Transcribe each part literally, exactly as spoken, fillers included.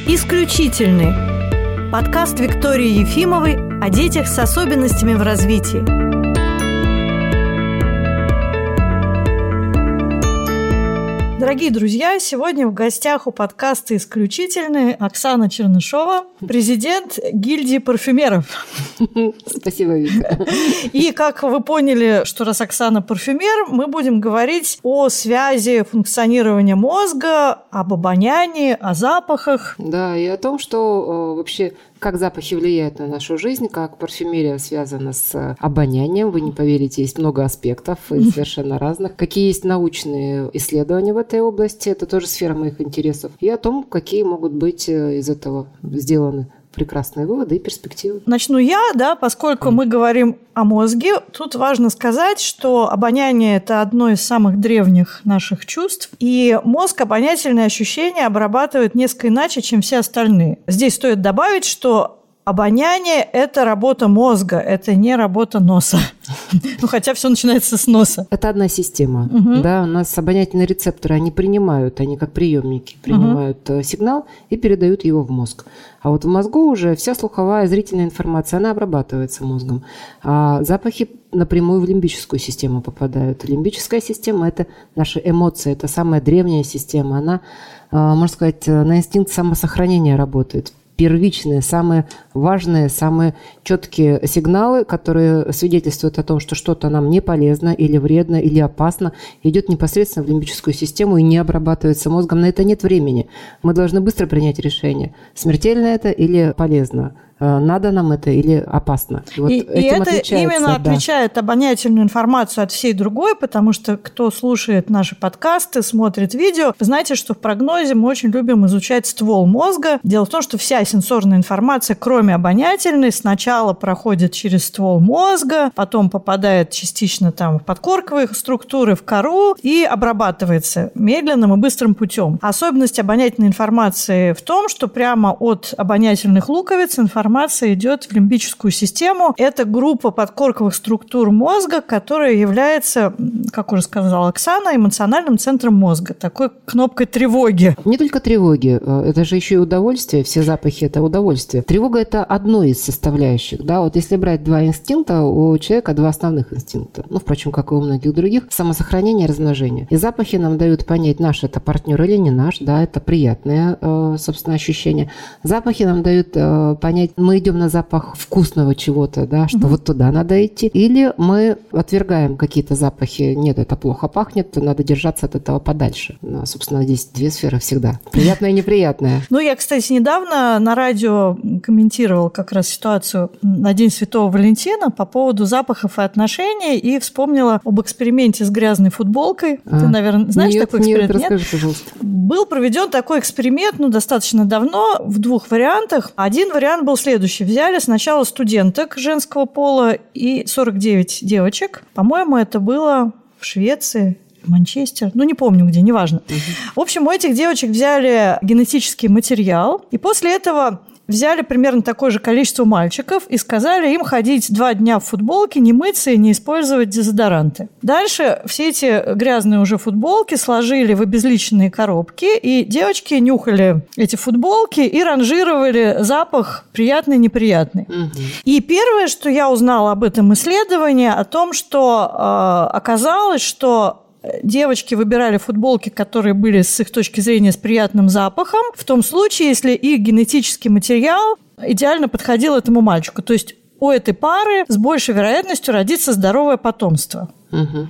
«Исключительный» – подкаст Виктории Ефимовой о детях с особенностями в развитии. Дорогие друзья, сегодня в гостях у подкаста «Исключительный» Оксана Чернышова, президент гильдии парфюмеров. Спасибо, Вика. И как вы поняли, что раз Оксана парфюмер, мы будем говорить о связи функционирования мозга, об обонянии, о запахах. Да, и о том, что вообще... Как запахи влияют на нашу жизнь, как парфюмерия связана с обонянием. Вы не поверите, есть много аспектов и совершенно разных. Какие есть научные исследования в этой области, это тоже сфера моих интересов. И о том, какие могут быть из этого сделаны прекрасные выводы и перспективы. Начну я, да, поскольку мы говорим о мозге. Тут важно сказать, что обоняние – это одно из самых древних наших чувств, и мозг обонятельные ощущения обрабатывает несколько иначе, чем все остальные. Здесь стоит добавить, что обоняние – это работа мозга, это не работа носа. Ну, хотя все начинается с носа. Это одна система. Угу. Да, у нас обонятельные рецепторы, они принимают, они как приемники, принимают угу. сигнал и передают его в мозг. А вот в мозгу уже вся слуховая, зрительная информация, она обрабатывается мозгом. А запахи напрямую в лимбическую систему попадают. Лимбическая система – это наши эмоции, это самая древняя система. Она, можно сказать, на инстинкт самосохранения работает. Первичные, самые важные, самые четкие сигналы, которые свидетельствуют о том, что что-то нам не полезно или вредно, или опасно, идет непосредственно в лимбическую систему и не обрабатывается мозгом. На это нет времени. Мы должны быстро принять решение, смертельно это или полезно. Надо нам это или опасно. И, вот и, и это именно да. отличает обонятельную информацию от всей другой, потому что кто слушает наши подкасты, смотрит видео, вы знаете, что в прогнозе мы очень любим изучать ствол мозга. Дело в том, что вся сенсорная информация, кроме обонятельной, сначала проходит через ствол мозга, потом попадает частично там в подкорковые структуры, в кору и обрабатывается медленным и быстрым путем. Особенность обонятельной информации в том, что прямо от обонятельных луковиц информация Информация идет в лимбическую систему. Это группа подкорковых структур мозга, которая является, как уже сказала Оксана, эмоциональным центром мозга, такой кнопкой тревоги. Не только тревоги, это же еще и удовольствие. Все запахи – это удовольствие. Тревога – это одно из составляющих. Да? Вот если брать два инстинкта, у человека два основных инстинкта. Ну, впрочем, как и у многих других – самосохранение и размножение. И запахи нам дают понять, наш это партнер или не наш. Да? Это приятное, собственно, ощущение. Запахи нам дают понять, мы идем на запах вкусного чего-то, да, что mm-hmm. вот туда надо идти, или мы отвергаем какие-то запахи, нет, это плохо пахнет, надо держаться от этого подальше. Ну, собственно, здесь две сферы всегда, приятное и неприятное. Ну, я, кстати, недавно на радио комментировала как раз ситуацию на День Святого Валентина по поводу запахов и отношений и вспомнила об эксперименте с грязной футболкой. А, Ты, наверное, знаешь нет, такой эксперимент? Нет, расскажи, пожалуйста. Был проведен такой эксперимент, ну, достаточно давно, в двух вариантах. Один вариант был следующий. Взяли сначала студенток женского пола и сорок девять девочек. По-моему, это было в Швеции, Манчестер, ну не помню где, неважно. Угу. В общем, у этих девочек взяли генетический материал, и после этого взяли примерно такое же количество мальчиков и сказали им ходить два дня в футболке, не мыться и не использовать дезодоранты. Дальше все эти грязные уже футболки сложили в обезличенные коробки, и девочки нюхали эти футболки и ранжировали запах приятный-неприятный. Угу. И первое, что я узнала об этом исследовании, о том, что э, оказалось, что девочки выбирали футболки, которые были с их точки зрения с приятным запахом, в том случае, если их генетический материал идеально подходил этому мальчику. То есть у этой пары с большей вероятностью родится здоровое потомство. Угу.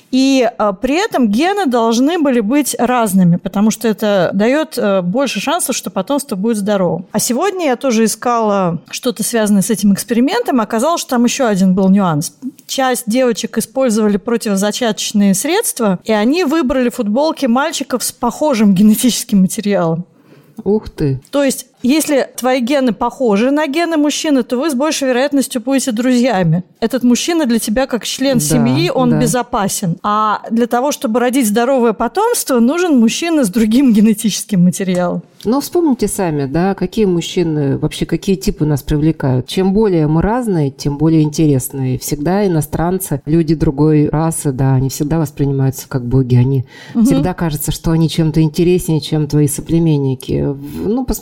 И а, при этом гены должны были быть разными, потому что это дает а, больше шансов, что потомство будет здоровым. А сегодня я тоже искала что-то связанное с этим экспериментом, и оказалось, что там еще один был нюанс. Часть девочек использовали противозачаточные средства, и они выбрали футболки мальчиков с похожим генетическим материалом. Ух ты! То есть, если твои гены похожи на гены мужчины, то вы с большей вероятностью будете друзьями. Этот мужчина для тебя как член да, семьи, он да. безопасен. А для того, чтобы родить здоровое потомство, нужен мужчина с другим генетическим материалом. Ну, вспомните сами, да, какие мужчины, вообще какие типы нас привлекают. Чем более мы разные, тем более интересные. Всегда иностранцы, люди другой расы, да, они всегда воспринимаются как боги. Они угу. всегда кажется, что они чем-то интереснее, чем твои соплеменники. Ну, посмотрите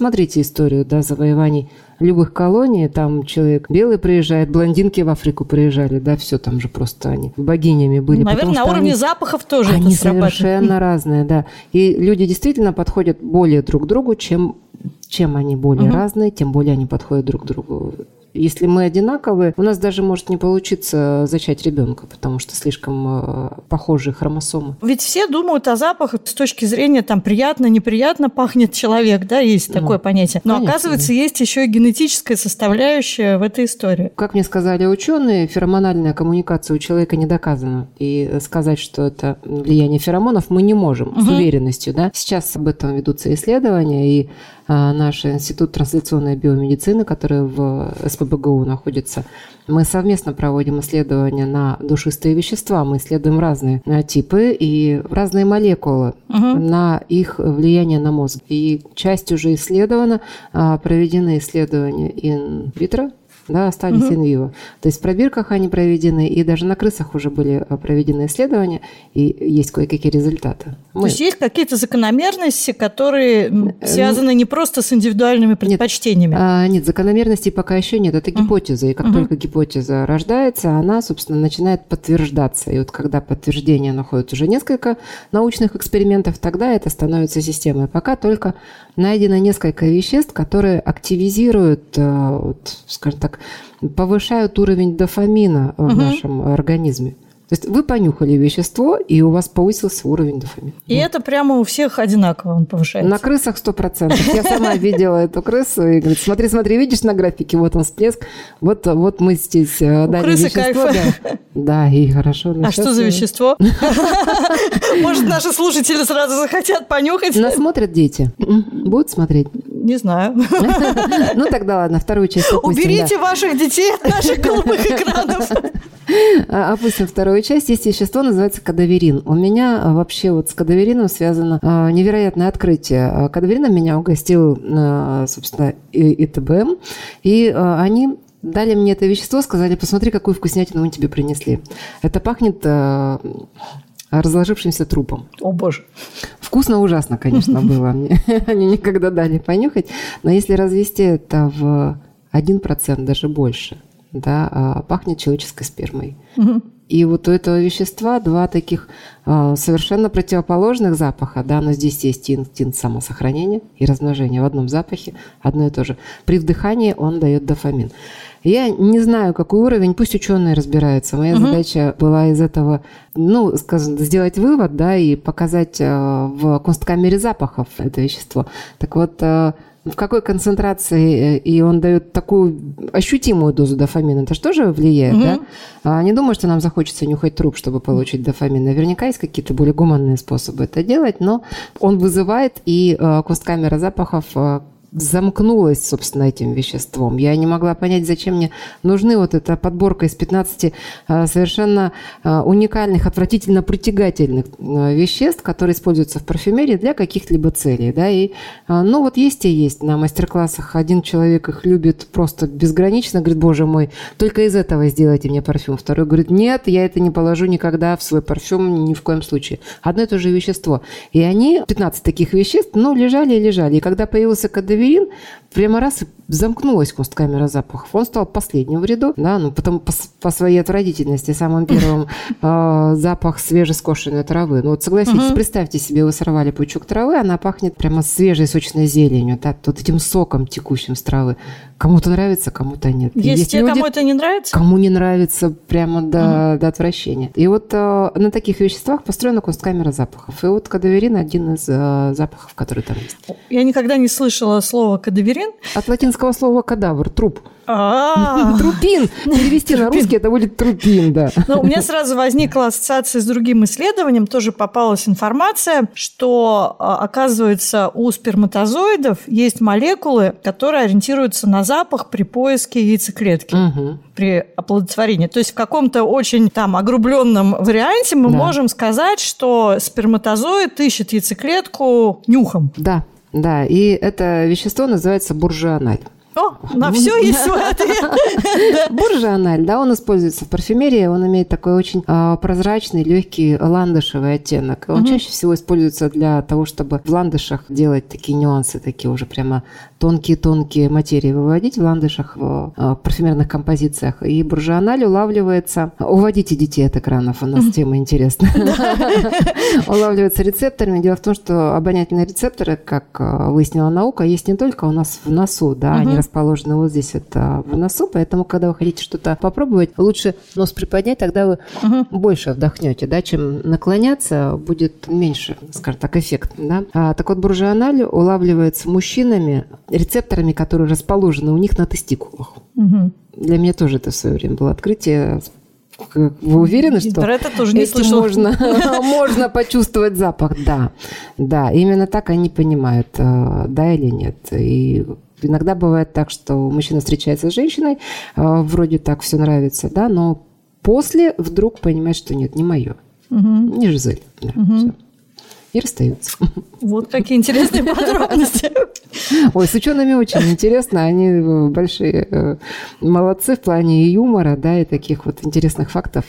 историю, да, завоеваний любых колоний, там человек белый приезжает, блондинки в Африку приезжали, да, все там же просто они богинями были. Наверное, на уровне они, запахов тоже они это срабатывает. совершенно разные, да. И люди действительно подходят более друг к другу, чем, чем они более угу. разные, тем более они подходят друг к другу. Если мы одинаковые, у нас даже может не получиться зачать ребенка, потому что слишком э, похожие хромосомы. Ведь все думают о запахах с точки зрения там приятно, неприятно пахнет человек, да, есть ну, такое понятие. Но конечно, оказывается, да. есть еще и генетическая составляющая в этой истории. Как мне сказали ученые, феромональная коммуникация у человека не доказана. И сказать, что это влияние феромонов, мы не можем угу. с уверенностью. Да? Сейчас об этом ведутся исследования, и а, наш Институт трансляционной биомедицины, который в эс пэ бэ гэ у находится, мы совместно проводим исследования на душистые вещества. Мы исследуем разные типы и разные молекулы угу. на их влияние на мозг. И часть уже исследована, проведены исследования ин-витро, да, остались угу. инвиво. То есть в пробирках они проведены, и даже на крысах уже были проведены исследования, и есть кое-какие результаты. Мы... То есть есть какие-то закономерности, которые связаны не просто с индивидуальными предпочтениями? Нет, а, нет закономерностей пока еще нет. Это гипотеза. И как угу. только гипотеза рождается, она, собственно, начинает подтверждаться. И вот когда подтверждение находит уже несколько научных экспериментов, тогда это становится системой. Пока только найдено несколько веществ, которые активизируют, вот, скажем так, повышают уровень дофамина в угу. нашем организме. То есть вы понюхали вещество, и у вас повысился уровень дофамина. И вот. Это прямо у всех одинаково он повышается? На крысах сто процентов. Я сама видела эту крысу и говорит, смотри, смотри, видишь на графике, вот он всплеск, вот, вот мы здесь дали вещество. Да. да, и хорошо. А что за вещество? Может, наши слушатели сразу захотят понюхать? Нас смотрят дети. Будут смотреть? Не знаю. Ну тогда ладно, вторую часть опустим. Уберите ваших детей от наших голубых экранов. Опустим вторую часть. Есть вещество, называется кадаверин. У меня вообще вот с кадаверином связано невероятное открытие. Кадаверином меня угостил, собственно, и тэ бэ эм. И они дали мне это вещество, сказали, посмотри, какую вкуснятину мы тебе принесли. Это пахнет разложившимся трупом. О, боже. Вкусно ужасно, конечно, было. Они никогда дали понюхать. Но если развести это в один процент, даже больше, да, пахнет человеческой спермой. Угу. И вот у этого вещества два таких э, совершенно противоположных запаха, да, но здесь есть инстинкт самосохранения и размножения в одном запахе, одно и то же. При вдыхании он дает дофамин. Я не знаю, какой уровень, пусть ученые разбираются. Моя угу. задача была из этого, ну, скажем, сделать вывод, да, и показать э, в Кунсткамере запахов это вещество. Так вот, э, в какой концентрации, и он дает такую ощутимую дозу дофамина, это же тоже влияет, угу. да? А не думаю, что нам захочется нюхать труп, чтобы получить дофамин. Наверняка есть какие-то более гуманные способы это делать, но он вызывает, и э, Кунсткамера запахов э, замкнулась, собственно, этим веществом. Я не могла понять, зачем мне нужны вот эта подборка из пятнадцати а, совершенно а, уникальных, отвратительно притягательных а, веществ, которые используются в парфюмерии для каких-либо целей. Да? И, а, ну вот есть и есть. На мастер-классах один человек их любит просто безгранично, говорит, боже мой, только из этого сделайте мне парфюм. Второй говорит, нет, я это не положу никогда в свой парфюм, ни в коем случае. Одно и то же вещество. И они, пятнадцать таких веществ, ну, лежали и лежали. И когда появился кадаверин, прямо раз и замкнулась Кунсткамера запахов. Он стал последним в ряду, да, ну, потом по, по своей отвратительности самым первым э, запах свежескошенной травы. Ну, вот согласитесь, угу. представьте себе, вы сорвали пучок травы, она пахнет прямо свежей сочной зеленью, да, вот этим соком, текущим с травы. Кому-то нравится, кому-то нет. Есть, Есть те, люди, кому это не нравится? Кому не нравится прямо до, угу. до отвращения. И вот э, на таких веществах построена Кунсткамера запахов. И вот кадаверин один из э, запахов, который там есть. Я никогда не слышала слово кадаверин. От латинского слова кадавр, труп. А-а-а. Трупин. Перевести на русский это будет трупин, да. Но у меня сразу возникла ассоциация с другим исследованием. Тоже попалась информация, что, оказывается, у сперматозоидов есть молекулы, которые ориентируются на запах при поиске яйцеклетки. Угу. При оплодотворении. То есть в каком-то очень там огрубленном варианте мы да. можем сказать, что сперматозоид ищет яйцеклетку нюхом. Да. Да, и это вещество называется буржуаналь. О, на все есть свой ответ. Буржуаналь, да, он используется в парфюмерии, он имеет такой очень а, прозрачный, легкий ландышевый оттенок. Он угу. чаще всего используется для того, чтобы в ландышах делать такие нюансы, такие уже прямо тонкие-тонкие материи выводить в ландышах, в а, парфюмерных композициях. И буржуаналь улавливается... Уводите детей от экранов, у нас тема интересная. Улавливается рецепторами. Дело в том, что обонятельные рецепторы, как выяснила наука, есть не только у нас в носу, да, они расположены вот здесь вот в носу, поэтому, когда вы хотите что-то попробовать, лучше нос приподнять, тогда вы uh-huh. больше вдохнете, да, чем наклоняться, будет меньше, скажем так, эффект, да. А, так вот, буржуаналь улавливается мужчинами рецепторами, которые расположены у них на тестикулах. Uh-huh. Для меня тоже это в свое время было открытие. Вы уверены, что это тоже не этим можно, можно почувствовать запах? Да, да, именно так они понимают, да или нет. И иногда бывает так, что мужчина встречается с женщиной, вроде так все нравится, да, но после вдруг понимает, что нет, не мое, угу. не Жизель. Да, угу. И расстаются. Вот какие интересные подробности. Ой, с учеными очень интересно. Они большие молодцы в плане юмора, да, и таких вот интересных фактов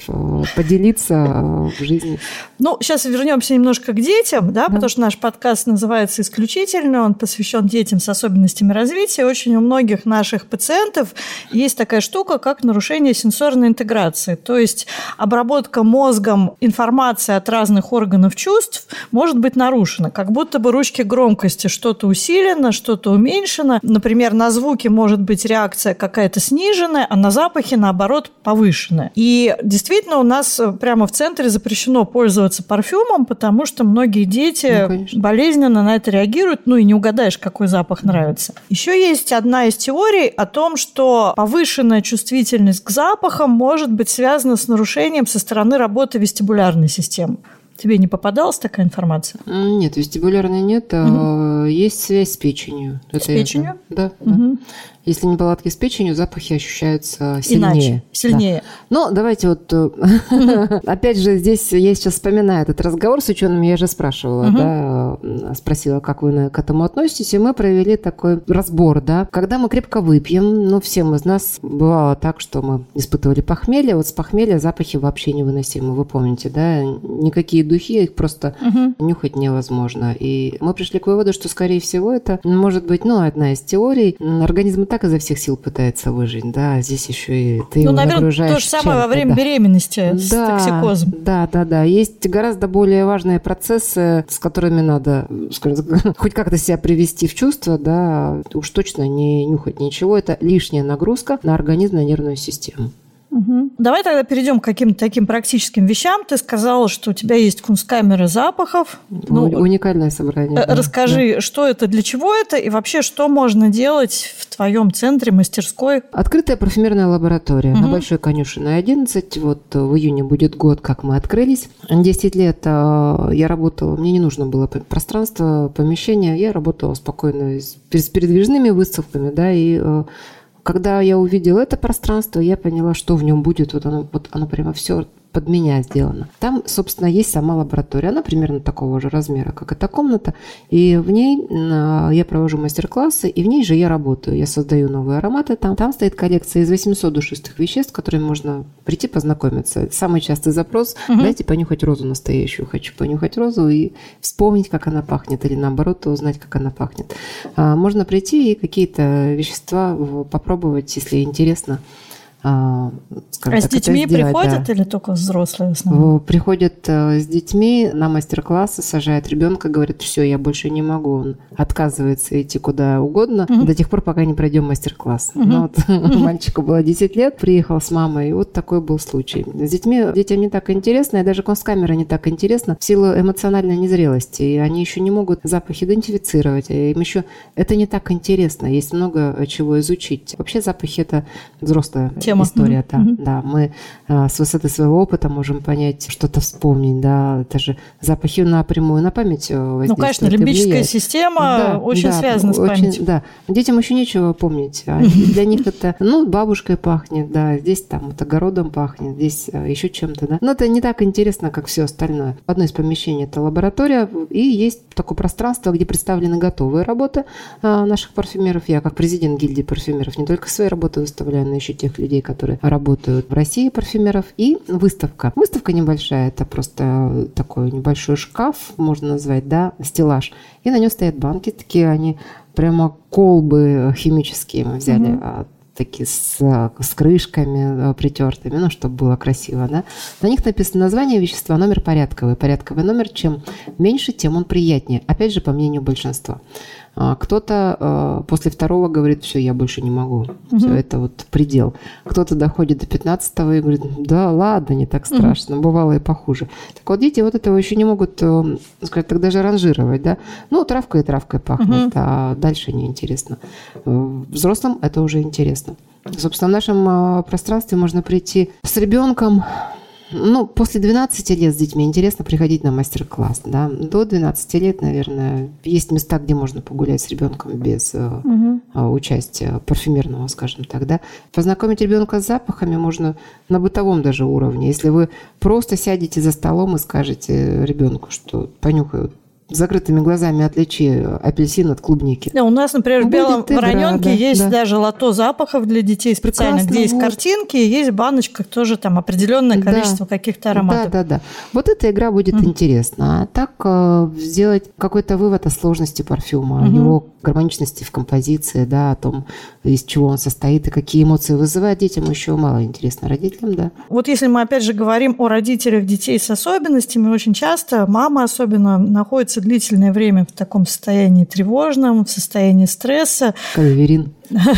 поделиться в жизни. Ну, сейчас вернемся немножко к детям, да, да, потому что наш подкаст называется «Исключительно». Он посвящен детям с особенностями развития. Очень у многих наших пациентов есть такая штука, как нарушение сенсорной интеграции. То есть обработка мозгом информации от разных органов чувств может быть нарушена. Как будто бы ручки громкости что-то усилено, что-то уменьшено. Например, на звуки может быть реакция какая-то сниженная, а на запахи, наоборот, повышенная. И действительно у нас прямо в центре запрещено пользоваться парфюмом, потому что многие дети ну, болезненно на это реагируют, ну и не угадаешь, какой запах нравится. Еще есть одна из теорий о том, что повышенная чувствительность к запахам может быть связана с нарушением со стороны работы вестибулярной системы. Тебе не попадалась такая информация? Нет, вестибулярной нет. Угу. Есть связь с печенью. С Это печенью? Это, да, угу. да. Если неполадки с печенью, запахи ощущаются сильнее. Иначе, сильнее. Да. Но давайте вот... Опять же, здесь я сейчас вспоминаю этот разговор с учеными, я же спрашивала, да, спросила, как вы к этому относитесь, и мы провели такой разбор, да. Когда мы крепко выпьем, ну, всем из нас бывало так, что мы испытывали похмелье, вот с похмелья запахи вообще невыносимы, вы помните, да, никакие духи, их просто нюхать невозможно. И мы пришли к выводу, что, скорее всего, это может быть, ну, одна из теорий. Организм так изо всех сил пытается выжить, да, здесь еще и ты ну, его наверное, нагружаешь то же самое чем-то, во время да. беременности с да, токсикозом. Да, да, да. Есть гораздо более важные процессы, с которыми надо, скажем, хоть как-то себя привести в чувство, да, уж точно не нюхать ничего. Это лишняя нагрузка на организм, на нервную систему. Угу. Давай тогда перейдем к каким-то таким практическим вещам. Ты сказала, что у тебя есть кунсткамера запахов. Ну, уникальное собрание. Расскажи, да. что это, для чего это, и вообще, что можно делать в твоем центре, мастерской? Открытая парфюмерная лаборатория угу. на Большой Конюшенной одиннадцать. Вот в июне будет год, как мы открылись. десять лет я работала, мне не нужно было пространство, помещение. Я работала спокойно с передвижными выставками, да, и... Когда я увидела это пространство, я поняла, что в нем будет. Вот оно, вот оно прямо все под меня сделано. Там, собственно, есть сама лаборатория. Она примерно такого же размера, как эта комната. И в ней я провожу мастер-классы, и в ней же я работаю. Я создаю новые ароматы. Там, там стоит коллекция из восьмисот душистых веществ, с которыми можно прийти познакомиться. Самый частый запрос угу. – дайте понюхать розу настоящую. Хочу понюхать розу и вспомнить, как она пахнет. Или наоборот, узнать, как она пахнет. Можно прийти и какие-то вещества попробовать, если интересно. А, а с детьми сделать, приходят да. или только взрослые в основном? Приходят с детьми на мастер-классы, сажают ребенка, говорят, все, я больше не могу. Он отказывается идти куда угодно uh-huh. до тех пор, пока не пройдем мастер-класс. Uh-huh. Ну, вот, uh-huh. мальчику было десять лет, приехал с мамой, и вот такой был случай. С детьми детям не так интересно, и даже кунсткамера не так интересна в силу эмоциональной незрелости. И они еще не могут запах идентифицировать, им еще это не так интересно. Есть много чего изучить. Вообще запахи – это взрослая тема. история. Mm-hmm. Да, да, мы а, с высоты своего опыта можем понять, что-то вспомнить, да, даже запахи напрямую на память воздействуют. Ну, конечно, лимбическая система да, очень да, связана с очень, памятью. Да, детям еще нечего помнить. А для них это, ну, бабушкой пахнет, да, здесь там вот огородом пахнет, здесь еще чем-то, да. Но это не так интересно, как все остальное. Одно из помещений – это лаборатория, и есть такое пространство, где представлены готовые работы наших парфюмеров. Я как президент гильдии парфюмеров не только свои работы выставляю, но еще тех людей, которые работают в России парфюмеров. И выставка. Выставка небольшая, это просто такой небольшой шкаф, можно назвать, да, стеллаж. И на нем стоят банки, такие они прямо колбы химические мы взяли, mm-hmm. такие с, с крышками притертыми, ну, чтобы было красиво, да. На них написано название вещества, номер порядковый. Порядковый номер, чем меньше, тем он приятнее. Опять же, по мнению большинства. Кто-то после второго говорит, все, я больше не могу. Угу. Все, это вот предел. Кто-то доходит до пятнадцатого и говорит, да ладно, не так страшно, угу. бывало и похуже. Так вот, дети вот этого еще не могут, сказать, так даже ранжировать, да. Ну, травка и травкой пахнет, угу. а дальше неинтересно. Взрослым это уже интересно. Собственно, в нашем пространстве можно прийти с ребенком. Ну, после двенадцати лет с детьми интересно приходить на мастер-класс, да. До двенадцати лет, наверное, есть места, где можно погулять с ребенком без угу. участия парфюмерного, скажем так, да. Познакомить ребенка с запахами можно на бытовом даже уровне. Если вы просто сядете за столом и скажете ребенку, что понюхай, с закрытыми глазами отличи апельсин от клубники. Да, у нас, например, в белом вороненке да, есть да. даже лото запахов для детей специально, прекрасно, где есть вот. Картинки, есть баночка, тоже там определенное количество да. каких-то ароматов. Да, да, да. Вот эта игра будет mm-hmm. интересна. А так э, сделать какой-то вывод о сложности парфюма, mm-hmm. о его гармоничности в композиции, да, о том, из чего он состоит и какие эмоции вызывает детям, еще мало интересно. Родителям, да. Вот если мы опять же говорим о родителях детей с особенностями, очень часто мама особенно находится длительное время в таком состоянии тревожном, в состоянии стресса. Каверин.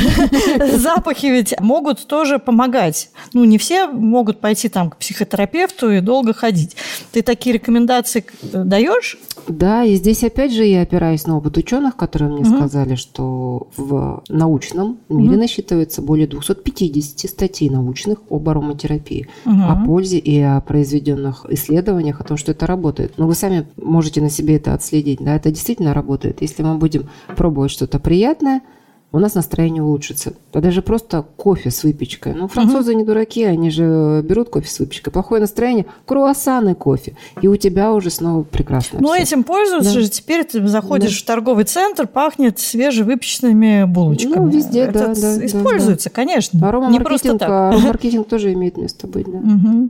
Запахи ведь могут тоже помогать. Ну, не все могут пойти там к психотерапевту и долго ходить. Ты такие рекомендации даешь? Да, и здесь опять же я опираюсь на опыт ученых, которые мне угу. сказали, что в научном мире угу. насчитывается более двухсот пятидесяти статей научных об ароматерапии, угу. о пользе и о произведенных исследованиях, о том, что это работает. Но вы сами можете на себе это отследить. Да, это действительно работает. Если мы будем пробовать что-то приятное, у нас настроение улучшится. Да даже просто кофе с выпечкой. Ну, французы uh-huh. не дураки, они же берут кофе с выпечкой. Плохое настроение, круассаны, кофе. И у тебя уже снова прекрасно. Ну, все. этим пользуются да. же. Теперь ты заходишь да. в торговый центр, пахнет свежевыпеченными булочками. Ну, везде, Это да, да. Используется, да. конечно. Аромамаркетинг, аромамаркетинг тоже имеет место быть, да. Uh-huh.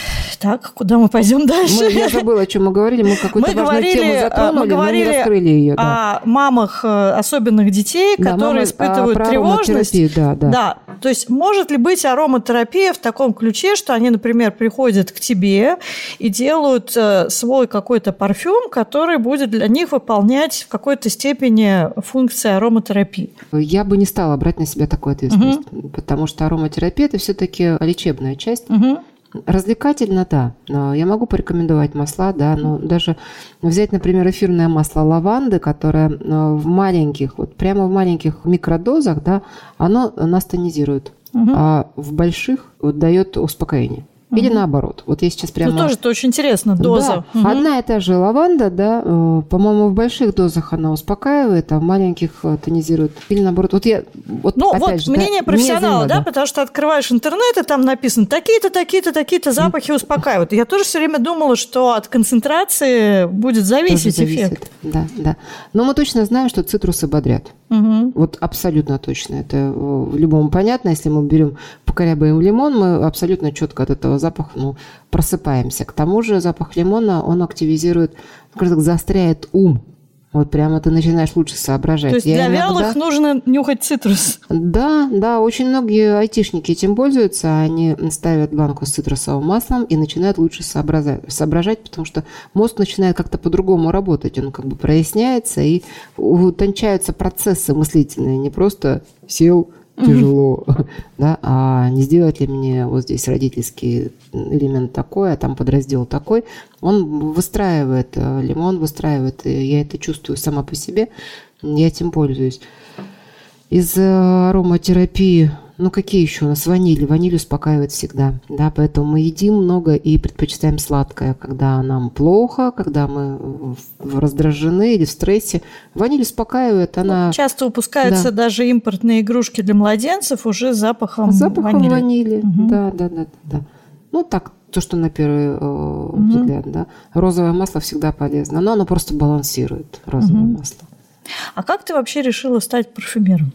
Так, куда мы пойдем дальше? Мы, я забыла, о чем мы говорили. Мы какую-то мы важную говорили, тему затронули, мы говорили но не раскрыли ее. Да. О мамах особенных детей, да, которые мама, испытывают а, тревожность. Да, да. да. То есть может ли быть ароматерапия в таком ключе, что они, например, приходят к тебе и делают свой какой-то парфюм, который будет для них выполнять в какой-то степени функции ароматерапии? Я бы не стала брать на себя такую ответственность, угу. потому что ароматерапия – это все-таки лечебная часть. Угу. Развлекательно, да. Я могу порекомендовать масла, да, но даже взять, например, эфирное масло лаванды, которое в маленьких, вот прямо в маленьких микродозах, да, оно нас тонизирует, угу. а в больших вот дает успокоение. Или угу. наоборот. Вот я сейчас прямо... Ну, тоже это очень интересно, доза. Да. Угу. Одна и та же лаванда, да, по-моему, в больших дозах она успокаивает, а в маленьких тонизирует. Или наоборот. Вот я... Вот, ну, вот же, мнение да, профессионала, да, потому что открываешь интернет, и там написано такие-то, такие-то, такие-то запахи успокаивают. Я тоже все время думала, что от концентрации будет зависеть тоже эффект. Зависит. Да, да. Но мы точно знаем, что цитрусы бодрят. Угу. Вот абсолютно точно. Это любому понятно. Если мы берем, покорябаем лимон, мы абсолютно четко от этого запаха ну, просыпаемся. К тому же запах лимона, он активизирует, заостряет ум. Вот прямо ты начинаешь лучше соображать. То есть Я для иногда... вялых нужно нюхать цитрус? Да, да. Очень многие айтишники этим пользуются. Они ставят банку с цитрусовым маслом и начинают лучше соображать, соображать, потому что мозг начинает как-то по-другому работать. Он как бы проясняется и утончаются процессы мыслительные. Не просто сел... тяжело, mm-hmm. да, а не сделать ли мне вот здесь родительский элемент такой, а там подраздел такой. Он выстраивает, лимон выстраивает, и я это чувствую сама по себе, я этим пользуюсь. Из ароматерапии, Ну, какие еще у нас? Ваниль. Ваниль успокаивает всегда. Да, поэтому мы едим много и предпочитаем сладкое, когда нам плохо, когда мы раздражены или в стрессе. Ваниль успокаивает, она... Ну, часто упускаются да. даже импортные игрушки для младенцев уже с запахом, запахом ванили. ванили. Угу. Да, да, да, да. Ну, так, то, что на первый э, угу. взгляд, да. Розовое масло всегда полезно, но оно просто балансирует, розовое угу. масло. А как ты вообще решила стать парфюмером?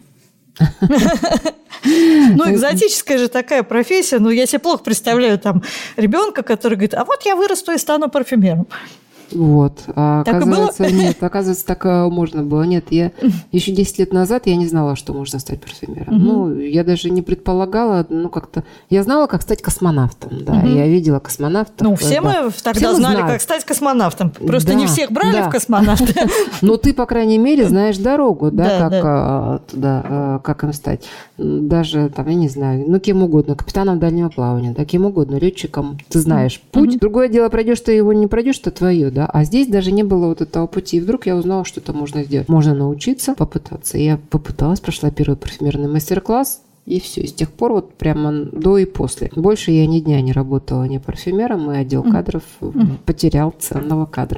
Ну, экзотическая же такая профессия. Ну, я себе плохо представляю там ребенка, который говорит, а вот я вырасту и стану парфюмером. Вот. А так оказывается, и было? Нет, оказывается, так можно было. Нет, я еще десять лет назад я не знала, что можно стать парфюмером. Угу. Ну, я даже не предполагала, ну, как-то... Я знала, как стать космонавтом, да. Угу. Я видела космонавтов. Ну, все да. мы тогда все знали, знают. как стать космонавтом. Просто да, не всех брали да. в космонавты. Ну, ты, по крайней мере, знаешь дорогу, да, Да, как да. туда, как им стать. Даже, там, я не знаю, ну, кем угодно, капитаном дальнего плавания, да, кем угодно, летчиком. Ты знаешь путь. Угу. Другое дело, пройдешь ты его, не пройдешь, это твое, да. А здесь даже не было вот этого пути. И вдруг я узнала, что это можно сделать. Можно научиться, попытаться. Я попыталась, прошла первый парфюмерный мастер-класс. И все. И с тех пор вот прямо до и после. Больше я ни дня не работала ни парфюмером, и отдел кадров mm. потерял ценного кадра.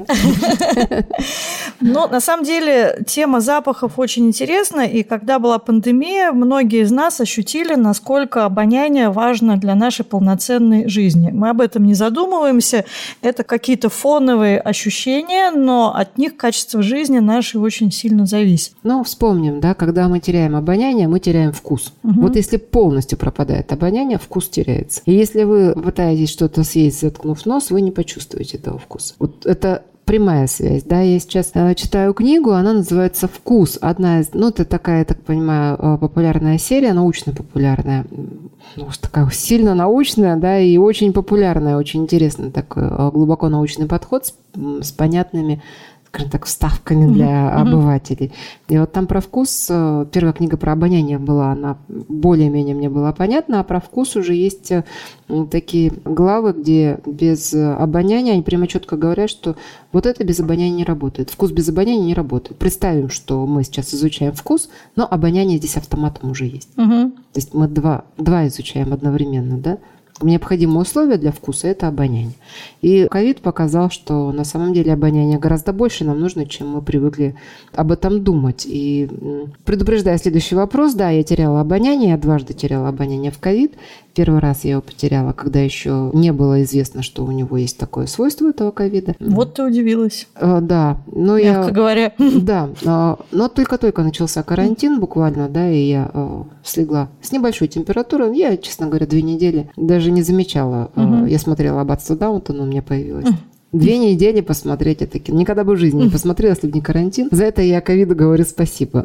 Но на самом деле тема запахов очень интересна. И когда была пандемия, многие из нас ощутили, насколько обоняние важно для нашей полноценной жизни. Мы об этом не задумываемся. Это какие-то фоновые ощущения, но от них качество жизни нашей очень сильно зависит. Ну, вспомним, да, когда мы теряем обоняние, мы теряем вкус. Угу. Вот если полностью пропадает обоняние, вкус теряется. И если вы пытаетесь что-то съесть, заткнув нос, вы не почувствуете этого вкуса. Вот это прямая связь, да, я сейчас э, читаю книгу, она называется «Вкус», одна из, ну, это такая, я так понимаю, популярная серия, научно-популярная, ну, такая сильно научная, да, и очень популярная, очень интересный такой глубоко научный подход с, с понятными, скажем так, вставками для mm-hmm. обывателей. И вот там про вкус, первая книга про обоняние была, она более-менее мне была понятна, а про вкус уже есть такие главы, где без обоняния они прямо четко говорят, что вот это без обоняния не работает. Вкус без обоняния не работает. Представим, что мы сейчас изучаем вкус, но обоняние здесь автоматом уже есть. Mm-hmm. То есть мы два, два изучаем одновременно, да? Необходимое условие для вкуса – это обоняние. И ковид показал, что на самом деле обоняние гораздо больше нам нужно, чем мы привыкли об этом думать. И предупреждая следующий вопрос, да, я теряла обоняние, я дважды теряла обоняние в ковид. Первый раз я его потеряла, когда еще не было известно, что у него есть такое свойство этого ковида. Вот ты удивилась. А, да. Но Мягко я, говоря. Да. Но только-только начался карантин буквально, да, и я слегла с небольшой температурой. Я, честно говоря, две недели даже не замечала. Угу. Я смотрела «Аббатство Даунтон», у меня появилось. Две недели посмотреть это кино. Никогда бы в жизни не посмотрела, если бы не карантин. За это я ковиду говорю спасибо.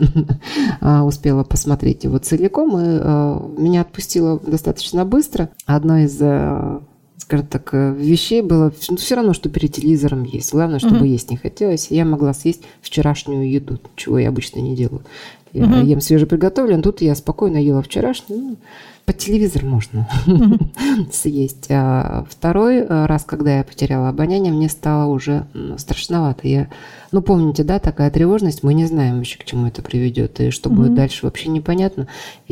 Успела посмотреть его целиком, и меня отпустило достаточно быстро. Одно из, скажем так, вещей было, ну, все равно, что перед телевизором есть. Главное, чтобы есть не хотелось. Я могла съесть вчерашнюю еду, чего я обычно не делаю. Я uh-huh. ем свежеприготовленную, тут я спокойно ела вчерашнюю. Ну, под телевизор можно uh-huh. съесть. А второй раз, когда я потеряла обоняние, мне стало уже ну, страшновато. Я, ну, помните, да, такая тревожность, мы не знаем вообще, к чему это приведет, и что uh-huh. будет дальше, вообще непонятно.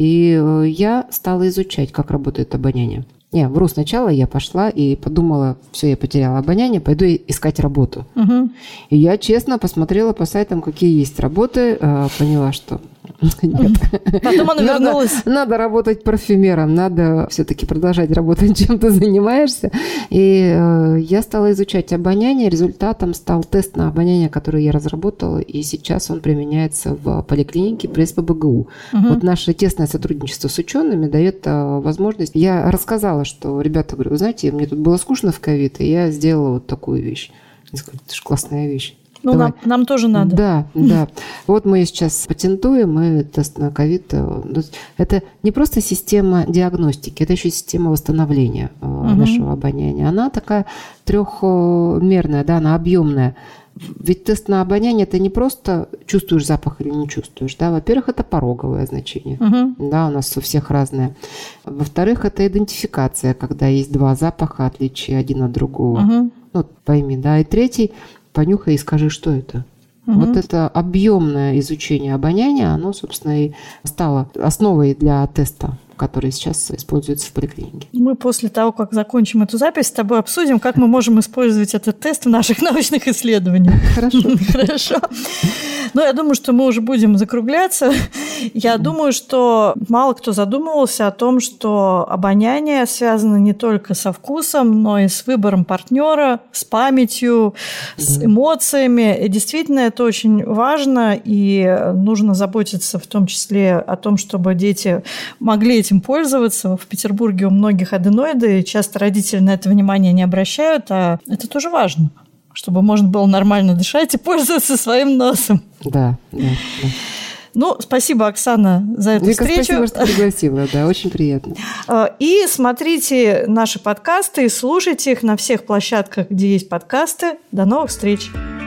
И я стала изучать, как работает обоняние. Не, вру, сначала я пошла и подумала, все, я потеряла обоняние, пойду искать работу. Угу. И я честно посмотрела по сайтам, какие есть работы, поняла, что нет. Потом она вернулась. Надо, надо работать парфюмером, надо все-таки продолжать работать, чем ты занимаешься. И э, я стала изучать обоняние. Результатом стал тест на обоняние, который я разработала, и сейчас он применяется в поликлинике при эс пэ бэ гэ у. Угу. Вот наше тесное сотрудничество с учеными дает э, возможность. Я рассказала, что, ребята, говорю, вы знаете, мне тут было скучно в ковид, и я сделала вот такую вещь. Они сказали, это же классная вещь. Ну, нам, нам тоже надо. Да, да. Вот мы сейчас патентуем, мы тест на ковид. Это не просто система диагностики, это еще система восстановления угу. нашего обоняния. Она такая трехмерная, да, она объемная. Ведь тест на обоняние – это не просто чувствуешь запах или не чувствуешь. Да? Во-первых, это пороговое значение. Угу. Да, у нас у всех разное. Во-вторых, это идентификация, когда есть два запаха, отличия один от другого. Угу. Ну, пойми, да. И третий – понюхай и скажи, что это. Угу. Вот это объемное изучение обоняния, оно, собственно, и стало основой для теста, которые сейчас используются в поликлинике. Мы после того, как закончим эту запись, с тобой обсудим, как мы можем использовать этот тест в наших научных исследованиях. Хорошо. Хорошо. Ну, я думаю, что мы уже будем закругляться. Я думаю, что мало кто задумывался о том, что обоняние связано не только со вкусом, но и с выбором партнера, с памятью, с эмоциями. И действительно, это очень важно, и нужно заботиться в том числе о том, чтобы дети могли этим пользоваться. В Петербурге у многих аденоиды, и часто родители на это внимание не обращают, а это тоже важно, чтобы можно было нормально дышать и пользоваться своим носом. Да, да, да. Ну, спасибо, Оксана, за эту Вика, встречу. Спасибо, что пригласила, да, очень приятно. И смотрите наши подкасты, и слушайте их на всех площадках, где есть подкасты. До новых встреч!